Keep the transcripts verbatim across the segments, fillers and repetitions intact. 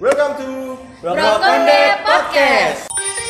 Welcome to Brokonde Podcast.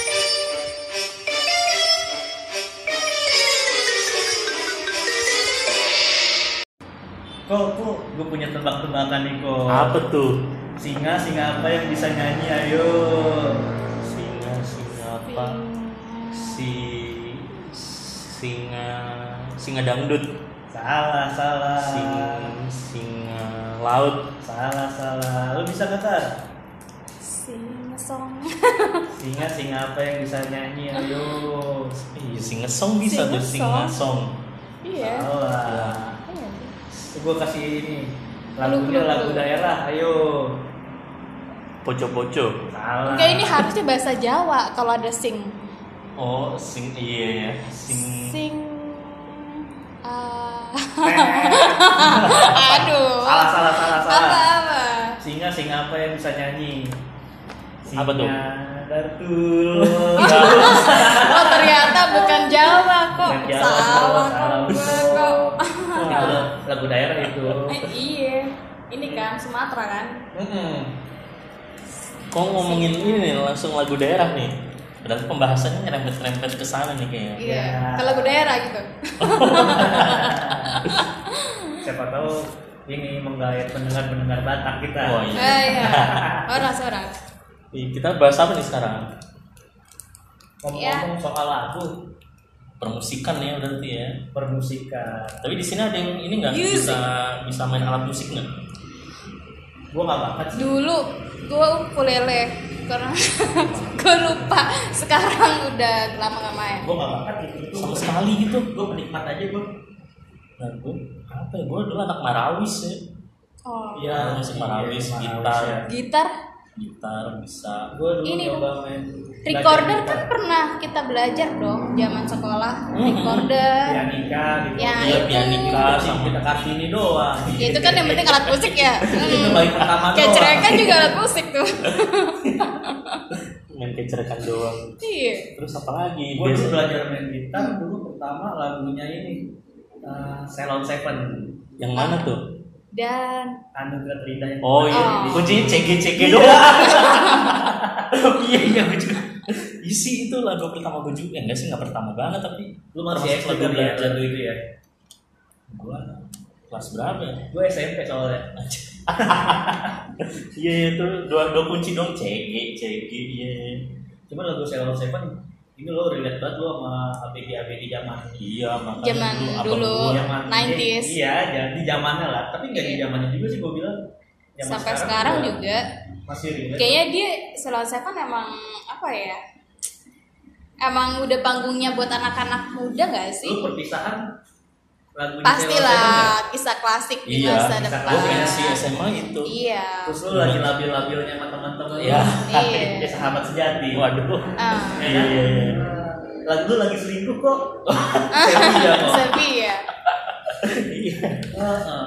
Kok, kok gue punya tebak-tebakan nih kok. Apa tuh? Singa, singa apa yang bisa nyanyi? Ayo. Singa, singa apa? Si singa singa dangdut. Salah, salah. Singa singa laut. Salah, salah. Lu bisa kata? Singa song. Singa, singa apa yang bisa nyanyi? Ayo. Iya, singa song bisa tuh, singa song. Iya. Salah. Iya. Gue kasih ini. Lu, Lagunya lu, lagu lu. daerah. Ayo. Poco-poco. Salah. Enggak, ini harusnya bahasa Jawa kalau ada sing. Oh, sing iya ya. Sing Sing. ah. Eh. Aduh. Salah, salah, salah, salah. Apa apa? Singa, singa apa yang bisa nyanyi? Singa Apa tuh? Dartul. Oh, ternyata bukan Jawa kok. Bukan Jawa, Salah salah. kok gue kok. Itu lagu daerah itu. Eh, iya. Ini kan Sumatera kan? Mm-mm. Kok ngomongin ini nih, langsung lagu daerah nih. Berarti pembahasannya nyerempet-nyerempet ke sana nih kayaknya. Iya. Ya. Ke lagu daerah gitu. Siapa tahu ini menggait pendengar-pendengar Batak kita. Oh iya. Eh, iya. Horas horas. Ih, kita bahas apa nih sekarang? Ngomong-ngomong soal lagu, Permusikan ya berarti ya. permusikan. Tapi di sini ada yang ini nggak Music. bisa bisa main alat musik nggak? Gue gak bakat sih. Dulu gue ukulele karena gue lupa. Sekarang udah lama gak main. Gue gak bakat gitu. Sama sekali gitu. Gue penikmat aja gue. Nah, gue apa ya? Gue dulu anak marawis ya. Oh. Iya, musik marawis, iya, gitar. ya. Gitar, Gitar bisa. Gue dulu Ini nyoba main recorder belajar kan gitar. pernah kita belajar dong zaman sekolah. Hmm. Recorder. Pianika gitu. Ya, Iya, itu. pianika Kita sama kita kasih ini doang. Ya itu kan yang penting alat musik ya. Itu Hmm. baik pertama Kayak doang. cerekan juga alat musik tuh. main kecerekan doang. Iya. Terus apa lagi? Gue dulu Biasa- belajar main gitar dulu pertama lagunya ini uh, Ceylon Seven. Yang mana tuh? Dan Anugerah Terindah yang Oh iya, Oh. kuncinya C G C G Iya. doang. Iya iya gue juga. Isi itu lagu pertama gue juga. Eh, enggak sih, enggak pertama banget tapi Lu masih termasuk S D lagu kan ya belajar. lagu itu ya? Gua kelas berapa ya? Gue S M P soalnya. Iya iya tuh dua dua kunci dong, C G C G iya. Cuma lagu Ceylon Seven ini lo relate banget lo sama A B G A B G zaman. Iya, makanya Zaman abang dulu. gua- Zaman nineties. Iya, jadi zamannya lah. Tapi nggak di Iya. zamannya juga sih gue bilang. Zaman sampai sekarang juga juga masih relate. kayaknya dia Ceylon Seven emang apa ya? Emang udah panggungnya buat anak-anak muda gak sih? Lu perpisahan lagunya Ceylon Seven Pastilah kisah klasik di Iya, masa kisah depan. Gue klasik. pensi S M A itu. Iya. ya? Terus lu lagi labil-labilnya sama teman-teman. Iya. Iya. Ya sahabat sejati. Waduh. Ah. Ya Iya kan? iya iya. Lagu lu lagi selingkuh kok. Sepi ya kok. Sepi ya. Iya. Heeh.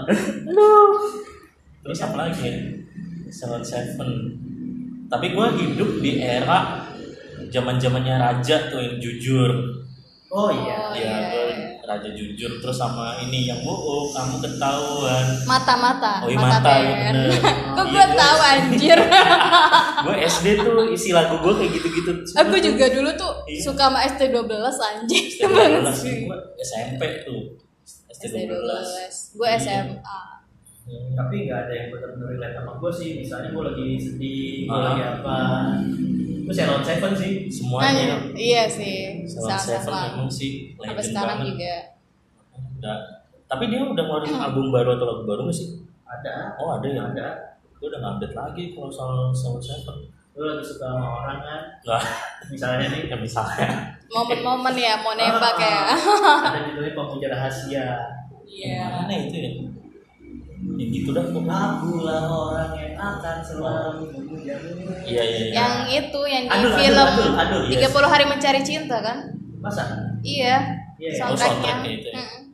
Terus apa lagi ya? Ceylon Seven. Tapi gue hidup di era zaman zamannya Raja tuh yang jujur. Oh iya. Oh, Iya, iya, gue iya. Raja jujur terus sama ini yang oh, kamu ketahuan. Mata-mata. Oh, iya, mata, iya, Ben. bener. Kok Iya, gue gua- tahu anjir. Gue S D tuh isi lagu gue kayak gitu-gitu. Aku juga dulu tuh Iya. suka sama S T dua belas anjir. S D dua belas gue S M P tuh. S D S T dua dua belas. belas. Gue S M A. Tapi nggak ada yang benar-benar relate sama gue sih. Misalnya gue lagi sedih, gue Ah. lagi apa. Itu Ceylon Seven sih. Semuanya. Iya sih. Ceylon Seven Sama-sama. memang sih Sampai legend sekarang banget. juga. Udah. Tapi dia udah ngeluarin album baru atau lagu baru nggak sih? Ada. Oh ada ya. Ada. Gue udah ngupdate lagi kalau soal Ceylon Seven. Lu lagi suka sama orang kan? Nggak. Misalnya nih. Ya misalnya. Momen-momen ya mau nembak ya. Ada judulnya Pemuja Rahasia. Iya. Mana itu ya? Ya gitu dah kok. Akulah orang yang akan selalu memujamu. Iya iya iya. Yang itu yang di Aduh, aduh, film aduh, aduh, yes. tiga puluh hari mencari cinta kan? Masa? Iya. Iya, iya. Oh, Soundtracknya. soundtracknya itu ya. Mm-mm.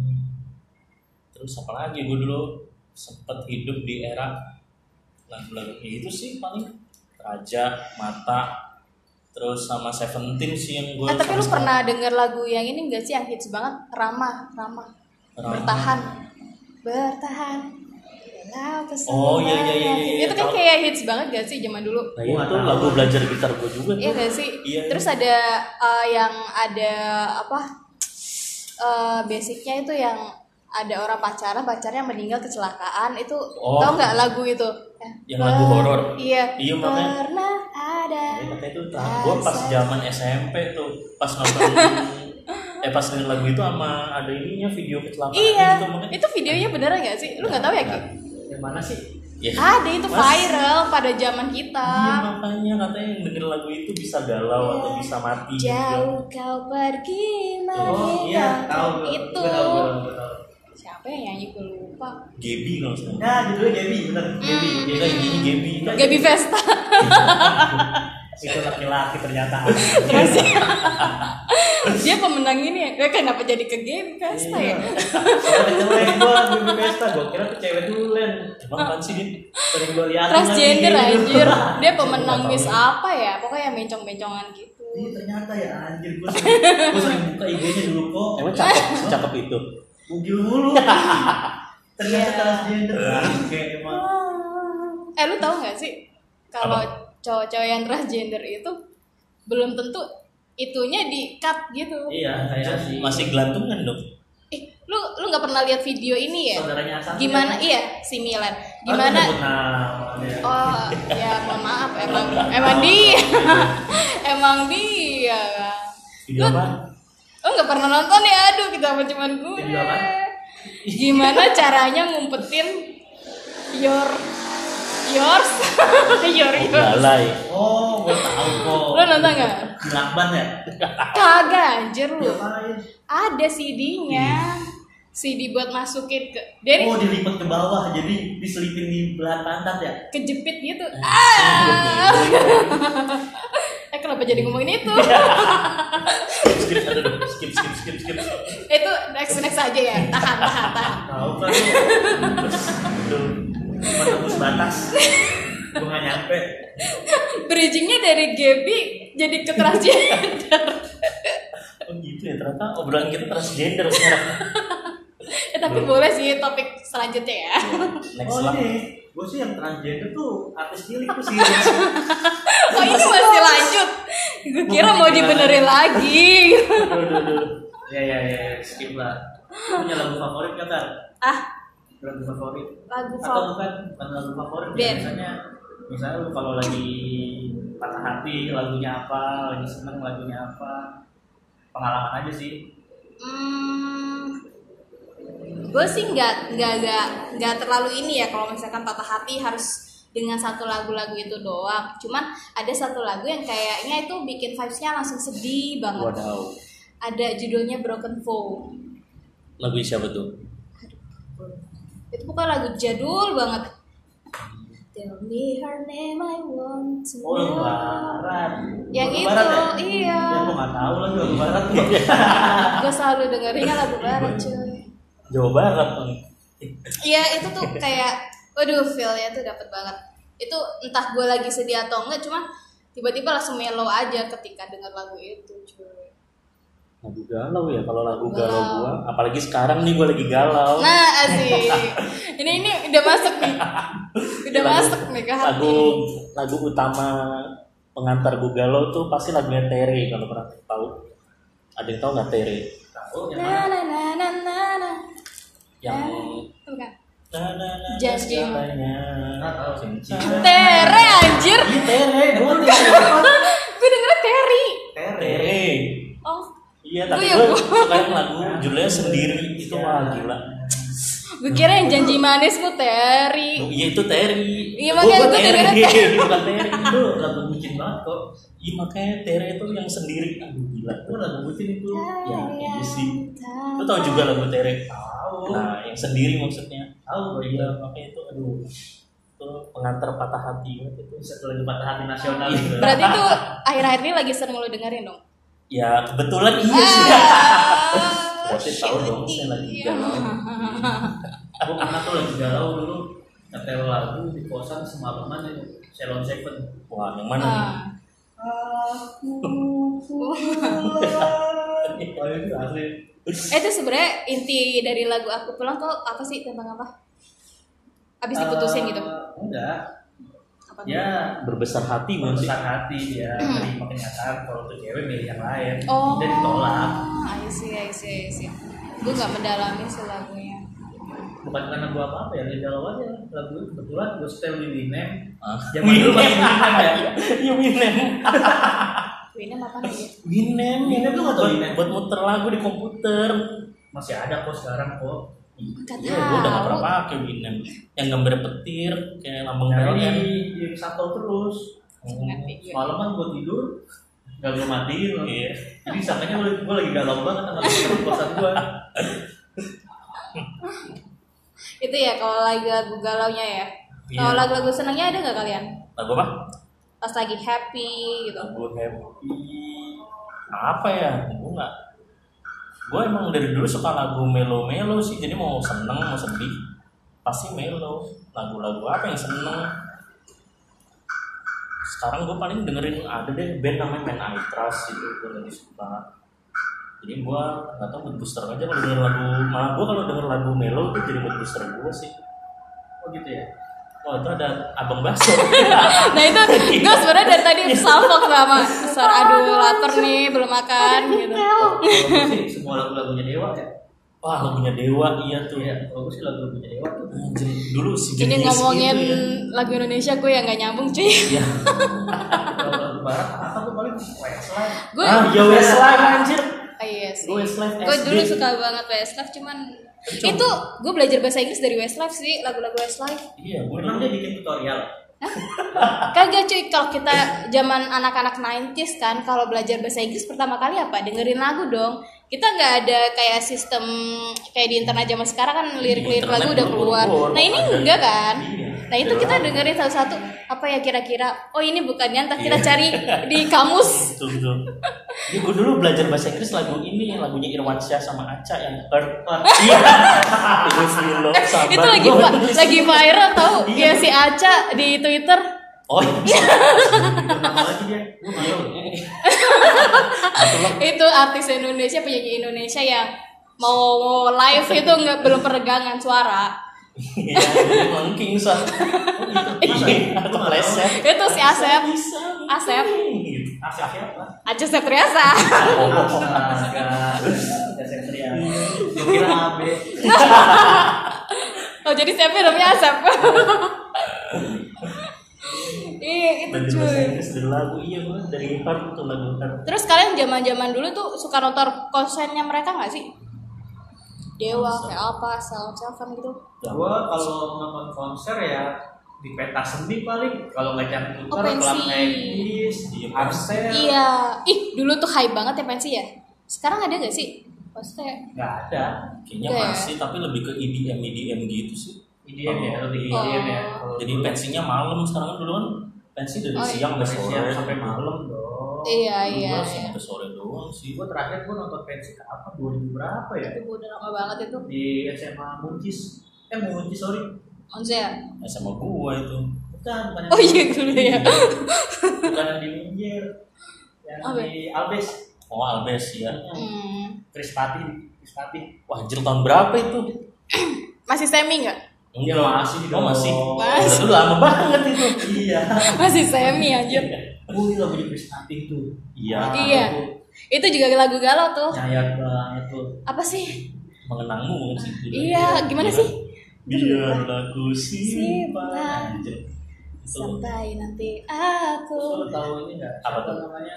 Terus apa lagi? Gue dulu sempet hidup di era lagu-lagu itu sih paling Raja, Mata, terus sama Seventeen sih yang gue. Eh, tapi lu pernah denger lagu yang ini enggak sih yang hits banget? Ramah, Ramah. Ramah. Bertahan. Bertahan. Lah pesona. Oh, iya, iya, iya, iya. Itu kan Tahu. kayak hits banget gak sih zaman dulu? Nah itu lagu belajar gitar gue juga tuh. Iya gak sih? Iya. Terus ada uh, yang ada apa? Uh, basicnya itu yang ada orang pacaran, pacarnya meninggal kecelakaan itu, Oh. tau nggak lagu itu? Yang lagu horor. Iya. Iya, makanya. Pernah ada. Ya, katanya itu gue pas zaman S M P tuh pas nonton eh pas denger lagu itu sama ada ininya video kecelakaan Iya. gitu makanya. Itu videonya beneran nggak sih? Lu nggak tahu ya Ki? Yang mana sih? Ya, Ada itu Mas. viral pada zaman kita. Iya makanya katanya yang denger lagu itu bisa galau atau bisa mati juga. Jauh kau pergi Oh iya, tahu gua. itu. Gua tahu, gua tahu, gua tahu. Siapa yang nyanyi gue lupa. Gaby kalau salah. Nah, judulnya Gaby, bener. Gaby. Hmm. Dia kayak gini Gaby. Gaby Vesta. Itu laki-laki ternyata. Terus dia pemenang ini ya. Eh, kenapa jadi ke Gaby Vesta ya? Soalnya cewek gua Gaby Vesta, gua kira tuh cewek dulu Len. Emang apaan sih dia? Sering gua liatin Transgender lagi gitu. anjir. Dia pemenang Nggak tahu Miss ya. apa ya? Pokoknya yang bencong-bencongan gitu. Iya ternyata ya anjir, gua sering, gua sering buka I G-nya dulu kok. Emang cakep, cakep itu. Bugil mulu. Ternyata Iya. transgender. Oke, emang. Eh lu tahu nggak sih kalau cowok-cowok yang transgender itu belum tentu itunya di cut gitu. Iya, kayak sih. Masih gelantungan dong. Eh, lu lu nggak pernah lihat video ini ya? Saudaranya Asam. Gimana? Iya, si Milan. Gimana? Gimana? Oh, ya mohon maaf emang emang dia. Emang dia. Video apa? Lu nggak pernah nonton ya? Aduh, kita apa cuman gue. Video apa? Gimana caranya ngumpetin your yours your Oh, yours? galai. Oh, gua tahu kok. Lu nonton nggak? Lakban ya? Kagak anjir lu. Ngapain? Ada C D-nya. C D buat masukin ke dari Oh, dilipat ke bawah, jadi diselipin di belahan pantat ya? kejepit gitu. Ah. Eh kenapa jadi ngomongin itu? Skip, aduh, skip, skip, skip, skip. Itu next next aja ya. Tahan, tahan, tahan. Tahu kan lu? Aduh. Menembus batas. Gua nggak nyampe. Bridgingnya dari Gaby jadi ke transgender. Oh gitu ya, ternyata obrolan kita transgender sekarang. Eh tapi boleh sih topik selanjutnya ya. Next Oh lah. ini, gue sih yang transgender tuh artis cilik tuh sih. Oh ini masih lanjut. Gue kira mau dibenerin lagi. Aduh, aduh, aduh. Ya ya ya, skip lah. Lu punya lagu favorit nggak kan? Ah, Lagu favorit? lagu Atau favorit. bukan bukan lagu favorit? Band. Biasanya, misalnya lu kalau lagi patah hati lagunya apa, lagi seneng lagunya apa, pengalaman aja sih. Hmm, gue sih nggak nggak nggak nggak terlalu ini ya kalau misalkan patah hati harus dengan satu lagu-lagu itu doang. Cuman ada satu lagu yang kayaknya itu bikin vibes-nya langsung sedih banget. Wadaw. Ada judulnya Broken Vow. Lagu siapa tuh? Itu bukan lagu jadul banget. Tell me her name, I want to Oh, lagu know. barat. Yang Lagu itu, barat ya? iya. Ya gue nggak tahu lagi lagu barat tuh. Gue selalu dengerinnya lagu barat cuy. Jawa Barat Bang. Iya itu tuh kayak, waduh feel-nya tuh dapet banget. Itu entah gue lagi sedih atau enggak, cuma tiba-tiba langsung mellow aja ketika denger lagu itu cuy. Lagu galau ya, kalau lagu Galau. galau gua, apalagi sekarang nih gua lagi galau. Nah asik, ini ini udah masuk nih, udah Lagu- masuk nih ke hati. Lagu lagu utama pengantar gua galau tuh pasti lagunya Tere, kalau pernah tahu. Ada yang tahu nggak Tere? Tahu yang Na mana? na na na na na. Yang Bukan. na na na Janji. segalanya. Nggak tahu. Cinta. Tere anjir, Ini Tere, boleh. gue dengernya Terry. Tere. Tere. Oh, Iya, tapi Oh iya, gua gua- suka yang lagu judulnya sendiri itu wah gila. gue kira yang janji manis tuh Terry. Oh, iya itu Tere. Iya, Gua- makanya gua gua Tere, dengerin bukan Tere. Itu lagu bucin banget kok. Iya makanya Tere itu yang sendiri. Aduh gila Itu tuh. lagu bucin itu. Ya, iya sih. Lu tahu juga lagu Tere? Tahu. Nah, yang sendiri maksudnya. Tahu. Oh iya, makanya itu aduh. Itu pengantar patah hati banget itu. Satu lagu patah hati nasional gitu. Berarti tuh akhir-akhir ini lagi sering lo dengerin dong. Ya, kebetulan iya sih. Ah, Berarti tahu dong saya lagi iya. galau. Aku pernah tuh lagi galau dulu nyetel lagu di kosan semalaman ya. Ceylon Seven. Wah, yang mana nih? Ah. Oh itu asli. Eh itu sebenarnya inti dari lagu Aku Pulang tuh apa sih, tentang apa? Abis diputusin gitu? Uh, enggak. Apa Ya Berbesar hati mungkin. berbesar hati dia menerima kenyataan kalau tuh cewek milih yang lain. Oh. Dia ditolak. I see, I see, I see. Gue nggak mendalami sih lagunya. Bukan karena gua apa apa ya, dia galau aja. Lagu itu kebetulan gua setel di Winem. Ah. Zaman dulu masih Winem ya. Iya Winem. Winem apa nih? Winem. Winem lu nggak tahu buat, Winem? buat muter lagu di komputer. Masih ada kok sekarang kok. Gak Iya, gue udah gak tahu. pernah pakai Winem. Yang gambar petir kayak lambang Nah, P L N. ini di satu terus. Ngerti gue. Malaman gua tidur nggak gua matiin loh. Iya. Jadi sangkanya gua, gua lagi galau banget sama temen kosan gua. Itu ya kalau lagi lagu galaunya ya. Iya. Kalau lagu-lagu senangnya ada nggak kalian? Lagu apa? Pas lagi happy gitu. Lagu happy. Apa ya? Gue nggak. Gue emang dari dulu suka lagu melo-melo sih. Jadi mau seneng mau sedih pasti melo. Lagu-lagu apa yang seneng? Sekarang gue paling dengerin ada deh band namanya Man I Trust itu gue lagi suka. Jadi gue nggak tahu mood booster aja kalau denger lagu. Malah gue kalau denger lagu melo itu jadi mood booster gue sih. Oh gitu ya. Oh itu ada abang bakso. Nah itu gue sebenarnya dari tadi salfok sama suara aduh lapar nih belum makan gitu. Kalau gua sih semua lagu-lagunya Dewa ya. Wah lagunya Dewa iya tuh. Iya, kalau gua sih lagu-lagunya Dewa tuh. Anjir, dulu si Ini Genius ngomongin itu ya. lagu Indonesia gue yang gak nyambung cuy. Iya. Kalau lagu barat apa tuh paling Westlife. Gue Ah, ya Westlife anjir. Ah, iya sih. Gue Westlife Gue S D. dulu suka banget Westlife cuman Cuma- itu gue belajar bahasa Inggris dari Westlife sih lagu-lagu Westlife. Iya, gue Memang dia bikin tutorial. Kagak cuy, kalau kita zaman anak-anak sembilan puluhan kan kalau belajar bahasa Inggris pertama kali apa? Dengerin lagu dong. Kita nggak ada kayak sistem kayak di internet zaman sekarang kan lirik-lirik Internet lagu udah keluar. keluar, Nah ini ada. enggak kan? Iya. Nah itu kita dengerin satu-satu apa ya kira-kira? Oh ini bukannya entah kita Iya. cari di kamus. Betul betul. Iya, gue dulu belajar bahasa Inggris lagu ini, lagunya Irwansyah sama Aca yang Hurt. Iya. Itu feel love, sabar. Itu lagi Gua va- nulis. lagi viral tau Iya. ya si Aca di Twitter. Oh iya. Itu nama lagi dia. Gua nggak tahu. Itu artis Indonesia, penyanyi Indonesia yang mau live itu nggak belum peregangan suara. Iya, jadi mungkin sah. Iya, atau meleset. Itu si Asep. Bisa. Asep. Gitu. Asap siapa? Aca Septriasa. Oh, Astaga. Udah sentri ya. Gua kira A B. Oh jadi siapa namanya Asep? Iya itu Belajar bahasa cuy. Inggris dari lagu, iya gue dari Hurt tuh lagu Hurt. Terus kalian zaman-zaman dulu tuh suka nonton konsernya mereka nggak sih? Dewa kayak apa, Salon Seven gitu. Gua kalau nonton konser ya di peta seni paling, kalau nggak jam Oh, putar pensi. Club Negis, di Arsel. Iya. Ih dulu tuh hype banget ya pensi ya. Sekarang ada nggak sih? Maksudnya Nggak ada. Kayaknya Oke. masih, tapi lebih ke E D M E D M gitu sih. I D M ya, lebih Oh. I D M ya. Kalau Jadi dulu pensinya malam, sekarang kan dulu kan pensi dari Oh, iya. siang sampai pensi sore sampai malam dong. iya Dulu iya. gua iya. sampai sore doang sih. Gua terakhir gua nonton pensi kapan? dua ribu berapa ya? Itu udah lama banget itu. Di S M A Muncis. Eh Muncis sorry. Onzel. sama gua itu. Bukan, bukan yang Oh di- iya dulu ya. Bukan yang di Minjer. Yang Apa? di Albes. Oh Albes ya. Hmm. Krispati, Krispati. Wah anjir tahun berapa itu? Masih semi nggak? Ya, masih Oh masih. Masih. Udah lama banget itu. Iya. Masih semi anjir. Oh, ini lagu di Krispati itu. Iya. Iya. Itu juga lagu galau tuh. Nyayat banget tuh. Apa sih? Mengenangmu mungkin sih. Iya, gimana sih? Biarlah ku simpan. Simpan. Anjir. Itu Sampai nanti Terus aku. lu tahu ini nggak? Apa Apa tuh? namanya?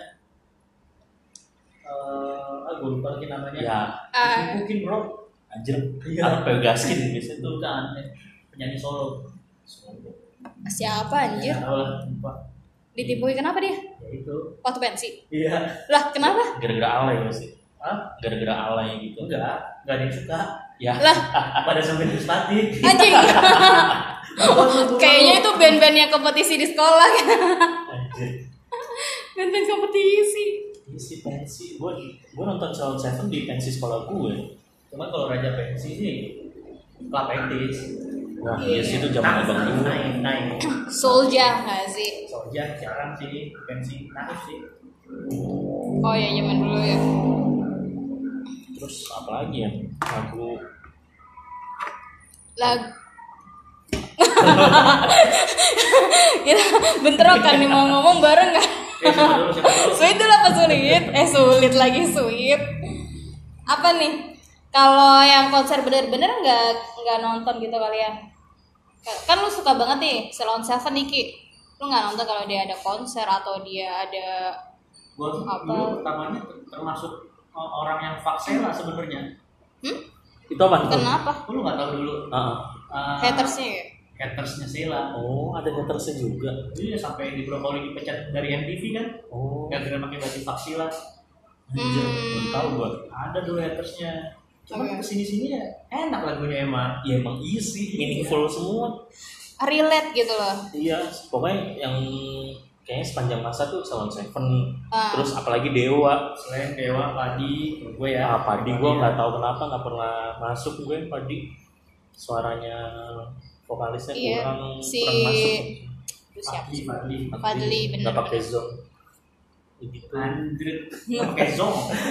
Eh, ah, gue lupa lagi namanya. ya Ah, Mungkin bro. anjir. Iya. Apa gaskin biasanya Itu tuh. bukan eh, penyanyi solo. siapa anjir? Nggak tahu lah, lupa. Ditipu kenapa dia? Ya itu. Waktu pensi. Iya. Lah, kenapa? Gara-gara alay sih. Hah? Gara-gara alay gitu. Enggak, enggak ada yang suka. Ya. Lah, Pada sampai Krispati. anjing. Kayaknya itu band-band yang kompetisi di sekolah. Anjir. Band-band kompetisi. Iya sih pensi. Gue gue nonton Salon Seven di pensi sekolah gue. Cuman kalau Raja Pensi sih Club Etis. Wah iya sih itu zaman abang gue. naik naik. Soulja nggak sih? Soalnya jarang sih pensi naik sih. Oh ya zaman dulu ya. Terus apa lagi ya? Lagu Lag Kita bentrokan nih, mau ngomong bareng nggak? Eh, siapa dulu, siapa dulu? Sweet dulu apa sulit? Eh sulit lagi sweet. Apa nih? Kalau yang konser bener-bener nggak nggak nonton gitu kalian? Kan lu suka banget nih Salon Seven nih Ki. Lu nggak nonton kalau dia ada konser atau dia ada Gua tuh Apa? dulu pertamanya termasuk orang yang faksela sebenarnya. hmm? Itu apa tuh? Kenapa? Lu nggak tahu dulu Heeh. uh, Hatersnya ya? hatersnya Sheila. Oh, ada hatersnya juga. Iya, sampai di brokoli dipecat dari M T V kan? Oh, Gara-gara pakai baju faksila. anjir, Hmm. belum tahu gua. Ada dulu hatersnya. Cuman Oke. kesini-sini ya enak lagunya emang. Ya emang iya sih, meaningful semua. Relate gitu loh. Iya, pokoknya yang kayaknya sepanjang masa tuh Salon Seven, Ah. terus apalagi Dewa. Selain Dewa, Padi, gue ya. Ah, Padi gue nggak tahu kenapa nggak pernah masuk gue Padi. Suaranya vokalisnya Iya, kurang si- kurang masuk. Terus siapa Fadli, sih? Fadli. Fadli, bener. Nggak pakai zone. Begitu. Android, pakai zong.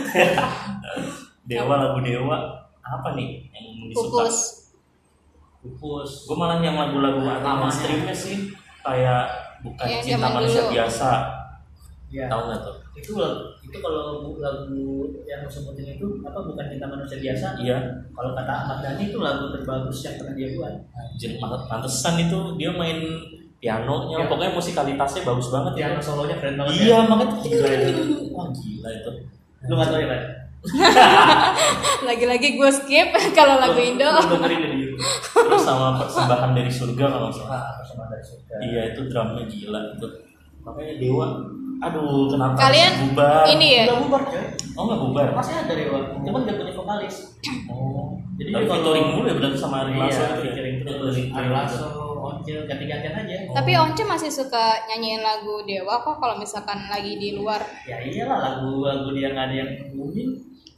Dewa, lagu Dewa apa nih yang disuka? Pupus. Pupus. Gue malah yang lagu-lagu Lamanya. mainstreamnya sih kayak bukan Yang cinta zaman manusia dulu. biasa. Ya. Tahu nggak tuh? Itu lagu, itu kalau bu- lagu yang lu sebutin itu apa bukan cinta manusia biasa? Iya. Kalau kata Ahmad Dhani itu lagu terbagus yang pernah dia buat. Anjir, pantesan itu dia main pianonya, Iya. pokoknya musikalitasnya bagus banget ya. Piano solonya keren banget. Iya, ya. makanya gila itu. Wah, gila itu. Lu nggak tahu ya kan? Lagi-lagi gue skip kalau lagu Indo. Lu dengerin di YouTube. Terus sama persembahan dari surga kalau nggak salah. Ah, Persembahan dari surga. Iya, itu drumnya gila itu. Makanya Dewa, aduh kenapa Kalian harus bubar? ini ya? Udah bubar coy. Oh nggak bubar? Masih ada Dewa, cuman nggak punya vokalis. Oh, Jadi tapi kalau- featuring mulu ya berarti sama Ari Lasso Iya, itu ya? featuring terus. Featuring Ari terus. Lasso, Oncil, ganti-gantian aja. Tapi Once masih suka nyanyiin lagu Dewa kok kalau misalkan lagi di luar. Ya iyalah lagu-lagu dia nggak ada yang booming.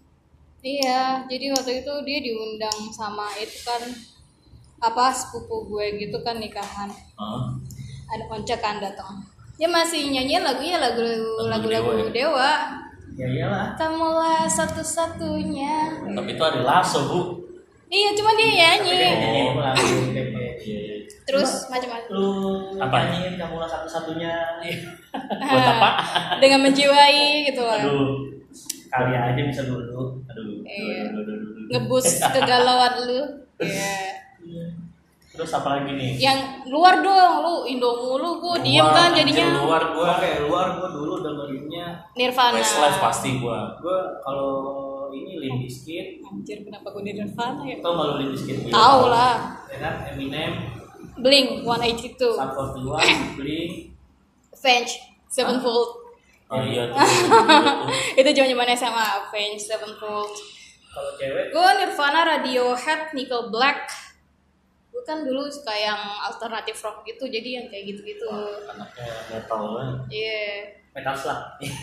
Iya, jadi waktu itu dia diundang sama itu kan apa sepupu gue gitu kan nikahan. Ah, Ada Once kan datang. Dia masih nyanyiin lagunya lagu-lagu Lagu lagu-lagu Dewa Dewa. Ya iyalah. Kamulah satu-satunya. tapi itu Ari Lasso bu. Iya, cuma dia nyanyi. Tapi dia nyanyi Oh. lagu Pepe. Iya, iya. Terus macam-macam Lu Apa? nyanyiin kamu lah satu-satunya. Buat apa? dengan menjiwai gitu lah. Aduh, Kali aja bisa dulu. aduh, Iya. aduh, aduh, aduh, aduh. Ngebus kegalauan lu. Iya. Terus apa lagi nih? Yang luar dong, lu Indo mulu, gue diem Luar, kan anjir, jadinya. luar gua. Oke, luar gua dulu dengerinnya. Nirvana. Westlife pasti gua. Gua kalau ini Limp Bizkit, Anjir, kenapa gue di Nirvana ya? tau nggak lu Limp Bizkit? Tahu lah. Ya kan, Eminem, Blink one eighty-two, Sum forty-one, Blink. Avenged Sevenfold. Oh iya tuh. Itu zaman-zaman S M A, Avenged Sevenfold. Kalau cewek, Gue Nirvana, Radiohead, Nickelback. Gue kan dulu suka yang alternatif rock gitu, jadi yang kayak gitu-gitu. Anaknya metal banget. Iya. Metal Slug.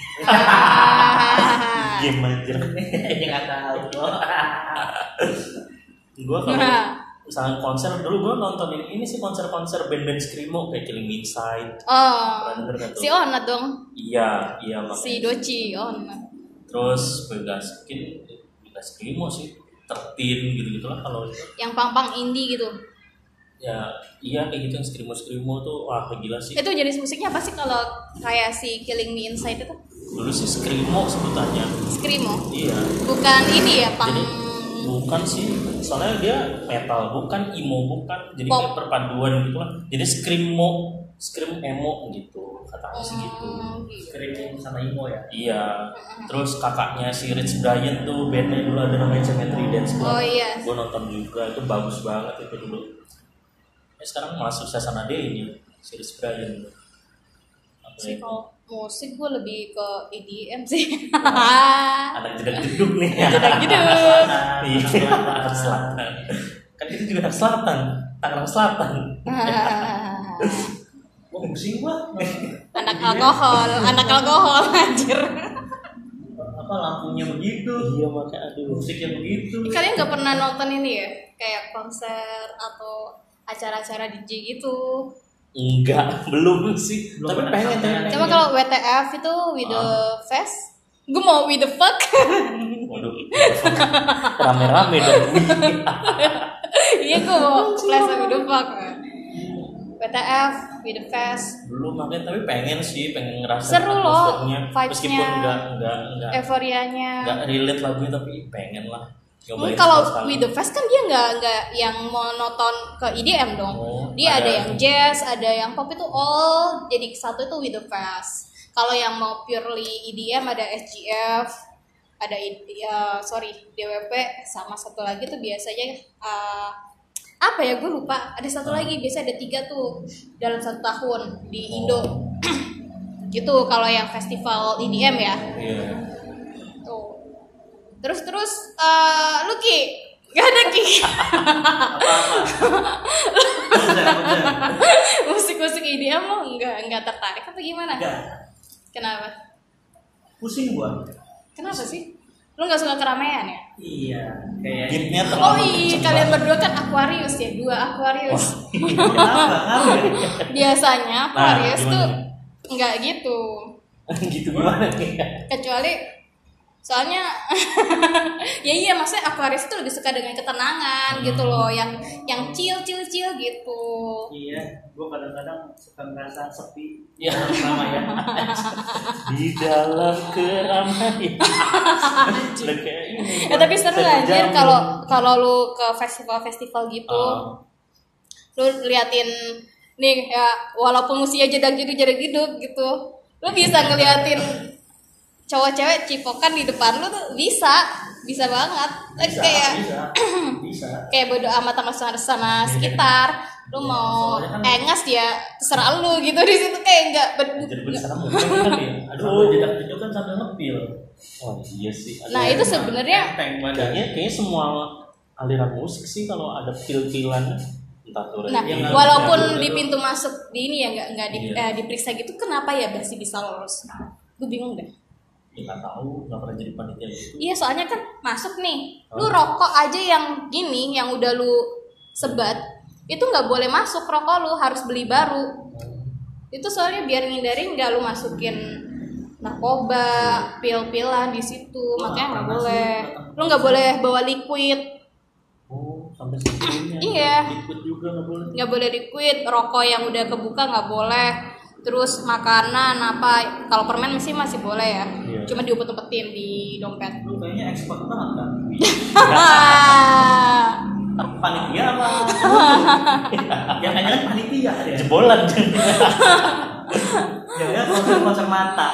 Ah. Game anjir. Yang nggak tahu. Gua kalau Nah. misalnya konser dulu gua nontonin ini sih konser-konser band-band screamo kayak Killing Me Inside. Oh, Pernah denger nggak tuh? si Onat dong, Iya, iya makanya. si Doci Onat. Terus Vegaskin, Vegas screamo sih. Tertin gitu-gitu lah kalau itu. Yang pang-pang indie gitu. Ya, iya kayak gitu yang screamo-screamo tuh wah gila sih. Itu jenis musiknya apa sih kalau kayak si Killing Me Inside itu? Dulu sih screamo sebutannya. Screamo. Iya. Bukan ini ya, pang. Jadi bukan sih, soalnya dia metal, bukan emo, bukan. Jadi Pop. kayak perpaduan gitu lah. Jadi screamo, scream emo gitu, katanya sih gitu. Hmm, gitu. Screaming sama emo ya. Iya. Terus kakaknya si Rich Brian tuh bandnya dulu ada namanya Cemetery Dance Club. Oh, iya. Gue nonton juga, itu bagus banget itu dulu. Eh, sekarang malah sukses ada ini si Rich Brian. Apa Sih ya? kalau musik gue lebih ke E D M sih. Anak jedak jeduk nih. Jedak jeduk. Iya, anak selatan. Kan itu juga anak selatan, Tangerang Selatan. Gua pusing gua. Anak alkohol, anak alkohol anjir. Apa lampunya begitu? Iya makanya aduh. Musiknya begitu. Kalian nggak pernah nonton ini ya? Kayak konser atau acara-acara D J gitu. Enggak, belum sih. Belum Tapi pernah pengen sampai. pengen. Cuma kalau W T F itu with the fest, gue mau with the fuck. Waduh, rame-rame dong. Iya gue mau flash with the fuck. T F, With The Fest. Belum makanya tapi pengen sih, pengen ngerasain Seru loh, atmosfernya. vibes-nya, Meskipun enggak enggak enggak euforianya. enggak relate lagunya tapi pengen lah. Hmm, kalau With The Fest kan dia nggak nggak yang monoton ke E D M dong. Oh, dia ada, ada yang jazz, ada yang pop, itu all jadi satu itu With The Fest. Kalau yang mau purely E D M ada S G F, ada ya sorry D W P, sama satu lagi tuh biasanya uh, apa ya gue lupa. Ada satu lagi biasa ada tiga tuh dalam satu tahun di Indo. Gitu kalau yang festival E D M ya. Iya. Tuh. Terus terus uh, lu Ki, gak ada Ki. Musik-musik E D M lo enggak enggak tertarik apa gimana? Enggak. Kenapa? Pusing gua. Kenapa sih? Lu nggak suka keramaian ya? Iya, kayak Beatnya Oh terlalu iya, kenceng kalian banget. berdua kan Aquarius ya, dua Aquarius. kenapa? Ngaruh ya? Biasanya Aquarius gimana tuh nih? nggak gitu. Gitu gimana nih? Kecuali soalnya ya iya maksudnya Aquarius tuh lebih suka dengan ketenangan gitu loh, yang yang chill chill chill gitu. Iya, gua kadang-kadang suka merasa sepi. Ya. Sama ya. Di dalam keramaian. Udah kayak ini. Ya tapi seru Saya anjir jamin. kalau kalau lu ke festival-festival gitu. Oh. Lu liatin nih ya, walaupun usia jedak-jeduk jeduk gitu, lu bisa ngeliatin cowok cewek cipokan di depan lu tuh bisa bisa banget. Bisa, kayak bisa, bisa. kayak bodo amat sama sama, sama sekitar. Lu Iya, mau soalnya kan- engas ya terserah lu gitu di situ, kayak enggak Jadi bener mungkin kan ya. Aduh, Aduh. jedak-jeduk kan sambil ngepil. Oh iya sih. Nah, itu sebenarnya Peng badan. kayaknya kayaknya semua aliran musik sih kalau ada pil-pilan entah tuh nah Yang nggak- walaupun nggak- di pintu masuk di ini ya nggak nggak di, Iya. eh, diperiksa gitu, kenapa ya masih bisa lolos? Gue bingung deh. ya nggak tahu, nggak pernah jadi panitia gitu. Iya, soalnya kan masuk nih, lu Oh. rokok aja yang gini, yang udah lu sebat, itu nggak boleh masuk rokok lu, harus beli baru. Itu soalnya biar ngindarin nggak lu masukin narkoba, pil-pilan di situ, makanya nggak pernah boleh. sih, datang. Lu nggak boleh bawa liquid, Oh, sampai segitunya. Iya. Ikut juga nggak boleh. nggak boleh liquid, rokok yang udah kebuka nggak boleh. Terus makanan apa, kalau permen mesti masih boleh ya, Iya. cuma diumpet-umpetin di dompet. Lu kayaknya expert banget kan? Panitia apa? Ya kayaknya kan panitia ya. Jebolan. Ya konser-konser mata.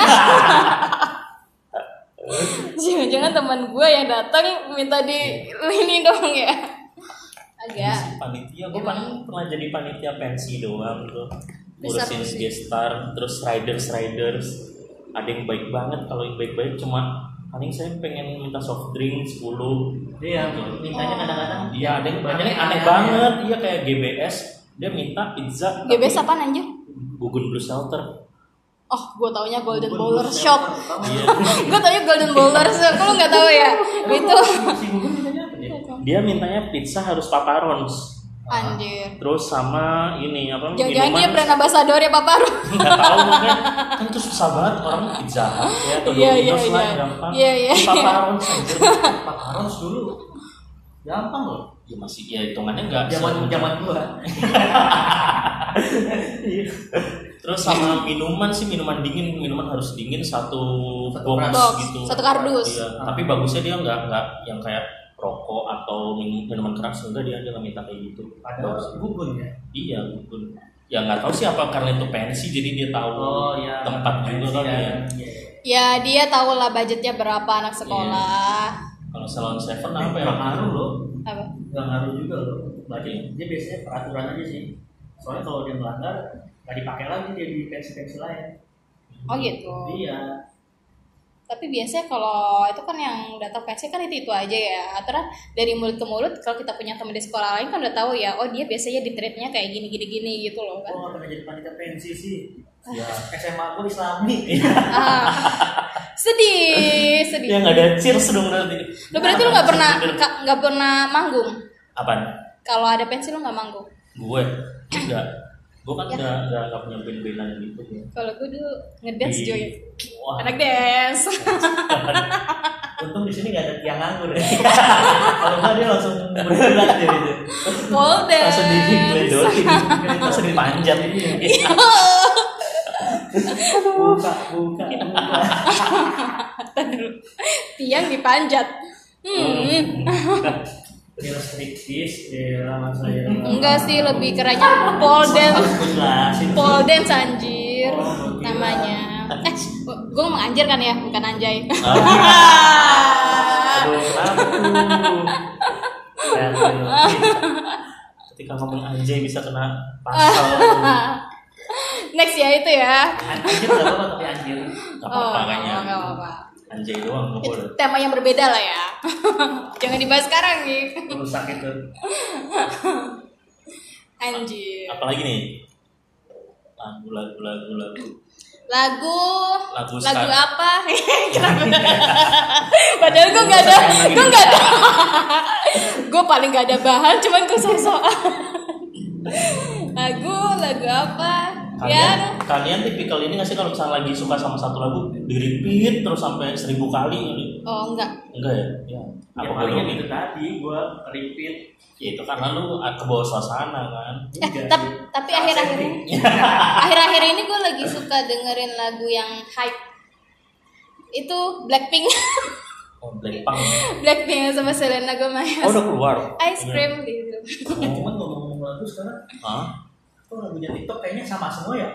Jangan-jangan teman gue yang datang minta di ini dong ya. Agak. Si panitia, gue paling pernah jadi panitia pensi doang tuh. Bisa Ngurusin sih. gestar, terus riders riders. Ada yang baik banget, kalau yang baik-baik cuma paling saya pengen minta soft drink sepuluh. Dia mintanya kadang-kadang. Iya, ada yang banyak Aneh- yang aneh aneh- banget. Iya kayak G B S, dia minta pizza. G B S apaan anjir? Gugun Blue Shelter. Oh, gue taunya Golden Gugun Bowler Blue Shop. Shelter. Iya. Gue taunya Golden Bowler Shop. Kok lu nggak tahu ya? Itu. Si Gugun mintanya apa dia? Dia mintanya pizza harus paparons. Anjir. Terus sama ini apa Jangan-jangan dia brand ambassador ya Papa Ru. nggak tahu mungkin kan itu susah banget orang pizza Hut ya atau Iya, iya, Domino's lah iya. gampang. Iya, iya, Ini paparons aja. Pak Harus dulu. Gampang loh. Ya masih ya hitungannya nggak Zaman se- zaman gua. Iya. Terus sama minuman sih, minuman dingin, minuman harus dingin satu Satu box, box, gitu. satu kardus. Iya, tapi bagusnya dia nggak nggak yang kayak rokok atau minum, minuman keras, enggak, dia dia nggak minta kayak gitu. Ada Bagus. Gugun ya. Iya, betul. Ya nggak tahu sih apa karena itu pensi jadi dia tahu Oh ya. tempat juga kan ya. Iya. Ya dia tahu lah budgetnya berapa anak sekolah. Kalau Salon Seven apa ya? Nggak ngaruh loh. Apa? Nggak ngaruh juga loh. Berarti Iya. dia biasanya peraturan aja sih. Soalnya kalau dia melanggar nggak dipakai lagi dia di pensi-pensi lain. Oh gitu. Iya. Tapi biasanya kalau itu kan yang datang pensi kan itu itu aja ya. Terus dari mulut ke mulut, kalau kita punya teman di sekolah lain kan udah tahu ya. Oh dia biasanya di treatnya kayak gini gini gini gitu loh kan. Oh, nggak pernah jadi panitia pensi sih. Ya, S M A gue Islami. Ah, sedih, sedih. Ya nggak ada cheers dong berarti. Lo berarti lo nggak pernah ka- nggak pernah manggung? Apaan? Kalau ada pensi lo nggak manggung? Gue enggak. Gue kan Ya. udah nggak nggak punya band-bandan gitu ya. Kalau gue dulu ngedance Di- Joy, Wah. anak dance. Untung di sini nggak ada tiang nganggur ya. Kalau nggak dia langsung bergerak dia gitu. Pole dance. Langsung digeledotin, langsung dipanjat. Buka, buka, buka. Tiang dipanjat. Hmm. Dia striptease, dia langsung dia. Enggak sih, lebih kerennya pole dance. Jelasin. Pole dance anjir Oh, gila. namanya. Eh, gue ngomong anjir kan ya, bukan anjay. Aduh, kenapa tuh? Ketika ngomong anjay bisa kena pasal. Next ya itu ya. Anjir nggak apa-apa tapi anjir. Gak apa-apa kayaknya. Oh, nggak apa-apa. Anjay doang gak Itu boleh. tema yang berbeda lah ya. Jangan dibahas sekarang nih. Rusak itu. Anjir. Apalagi nih? Lagu, lagu, lagu, lagu. Lagu Lagu lagu sekarang. apa? Kenapa? Padahal gue nggak ada, gue nggak ada. Gue paling nggak ada bahan, cuman gue sosok. Lagu lagu apa? Kalian, Ya, kalian tipikal ini nggak sih kalau misalnya lagi suka sama satu lagu di repeat terus sampai seribu kali ini? oh enggak. Enggak ya? Ya. Ya Apa palingnya belum? gitu tadi gue repeat. Ya, itu karena lu ke bawah suasana kan. Eh, Enggak tapi sih. tapi akhir-akhir ini, akhir-akhir ini gue lagi suka dengerin lagu yang hype. Itu Blackpink, Oh, Blackpink. Blackpink sama Selena Gomez. Oh, udah keluar. Ice cream gitu. Cuman ngomong-ngomong lagu sekarang, Hah? kok lagunya TikTok kayaknya sama semua ya?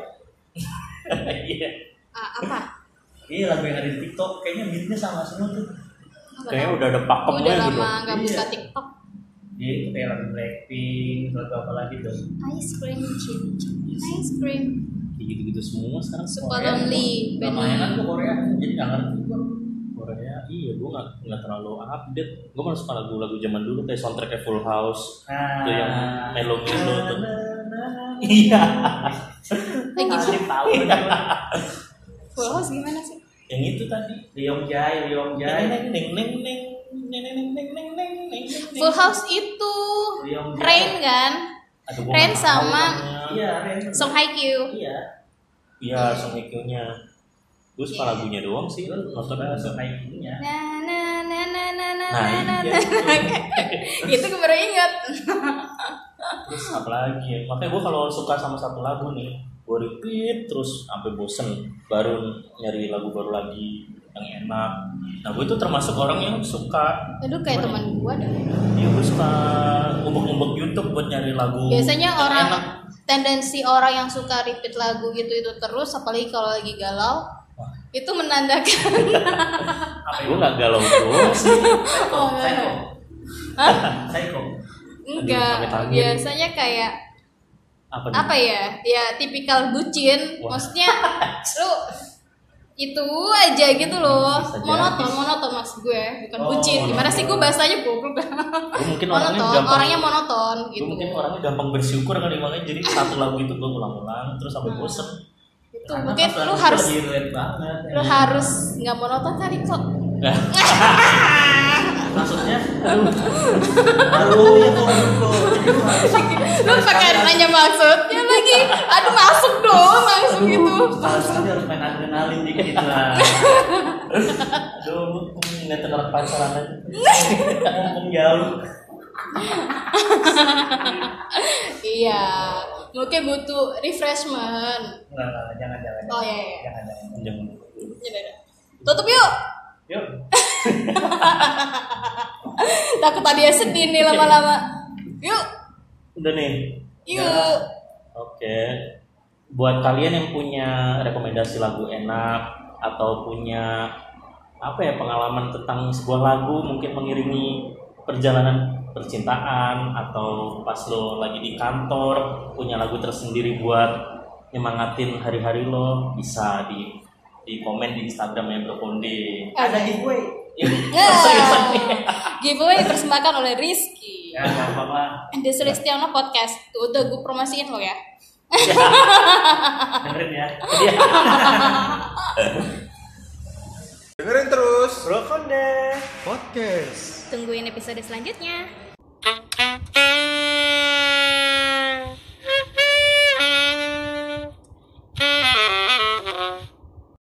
Iya. Ah, apa? Iya lagu yang ada di TikTok kayaknya beatnya sama semua tuh. Apa Kayaknya tahu? udah ada Gua pakemnya udah gitu. lama nggak buka Iya. TikTok. Iya itu kayak lagu Blackpink, lagu apa lagi tuh? Ice cream, chin, ice cream. Kayak gitu-gitu semua sekarang. Suka lonely, Gak mainan tuh Korea, jadi nggak ngerti gua. Korea, iya gue nggak nggak terlalu update. Gue malah suka lagu-lagu zaman dulu kayak soundtracknya Full House. Nah, Itu yang melo-melo tuh. na, na, na. Iya. Eh gitu. Pasti tahu kan gua. Full House gimana sih? Yang itu tadi. Liong Jai, Liong Jai, Neng neng neng neng neng neng neng neng neng neng neng. Full House itu Liong Jai. Rain kan? Aduh, gua Rain nggak tahu sama namanya. Iya, Ren. Song Hye Kyo. Iya. Iya, Song Hye Kyo-nya. Gue suka lagunya doang sih. Itu Nonton nonton aja. kayak gininya. Na na na na na na Nah, na iya. na. Itu gue baru ingat. Terus apa lagi ya? Makanya gue kalau suka sama satu lagu nih, gue repeat terus sampai bosen, baru nyari lagu baru lagi yang enak. Nah gue itu termasuk orang yang suka. Aduh kayak teman gue dah. Iya, gue suka ngumpuk-ngumpuk YouTube buat nyari lagu. Biasanya yang orang enak. tendensi orang yang suka repeat lagu gitu itu terus, apalagi kalau lagi galau, itu menandakan. Apa Gue nggak galau terus. Psycho, Oh, Psycho. Hah? Psycho. Enggak, Aduh, amit-amit. biasanya kayak Apa, nih? apa ya? Ya tipikal bucin. Wah. Maksudnya lu itu aja gitu loh. Bisa jadi. Monoton, monoton maksud gue, bukan Oh, bucin. Gimana sih gue bahasanya goblok. Gue mungkin orangnya Monoton, gampang. orangnya monoton Gue gitu. mungkin orangnya gampang bersyukur kali makanya jadi satu lagu itu gue ulang-ulang terus sampai Hmm. bosen. Itu Karena mungkin pas lu lagu harus lagi relate banget. lu harus nggak monoton kali kok. Maksudnya, aduh, aduh, ya kok, kok. Jadi lu harus Lu pakai nanya maksudnya lagi. Aduh masuk dong langsung gitu. sekali-sekali harus main adrenalin dikit lah. Aduh, gue ngeliatin orang pacaran aja. Ngomong jauh. Iya, mungkin butuh refreshment. Enggak, enggak, jangan, jangan. Oh, iya, iya. Jangan, jangan. Jangan. Ya udah, udah. Tutup yuk. Yuk. Takut tadi ya sedih nih lama-lama. Yuk, Udah nih. yuk. Oke. Buat kalian yang punya rekomendasi lagu enak atau punya apa ya pengalaman tentang sebuah lagu mungkin mengiringi perjalanan percintaan atau pas lo lagi di kantor punya lagu tersendiri buat nyemangatin hari-hari lo bisa di di komen di Instagramnya Brokonde. Ada giveaway. Nah, giveaway dipersembahkan oleh Rizky. Ya, enggak apa-apa. The Sulistiono Podcast. Tuh udah gue promosiin lo ya. Dengerin ya. Dengerin terus Brokonde. podcast. Tungguin episode selanjutnya.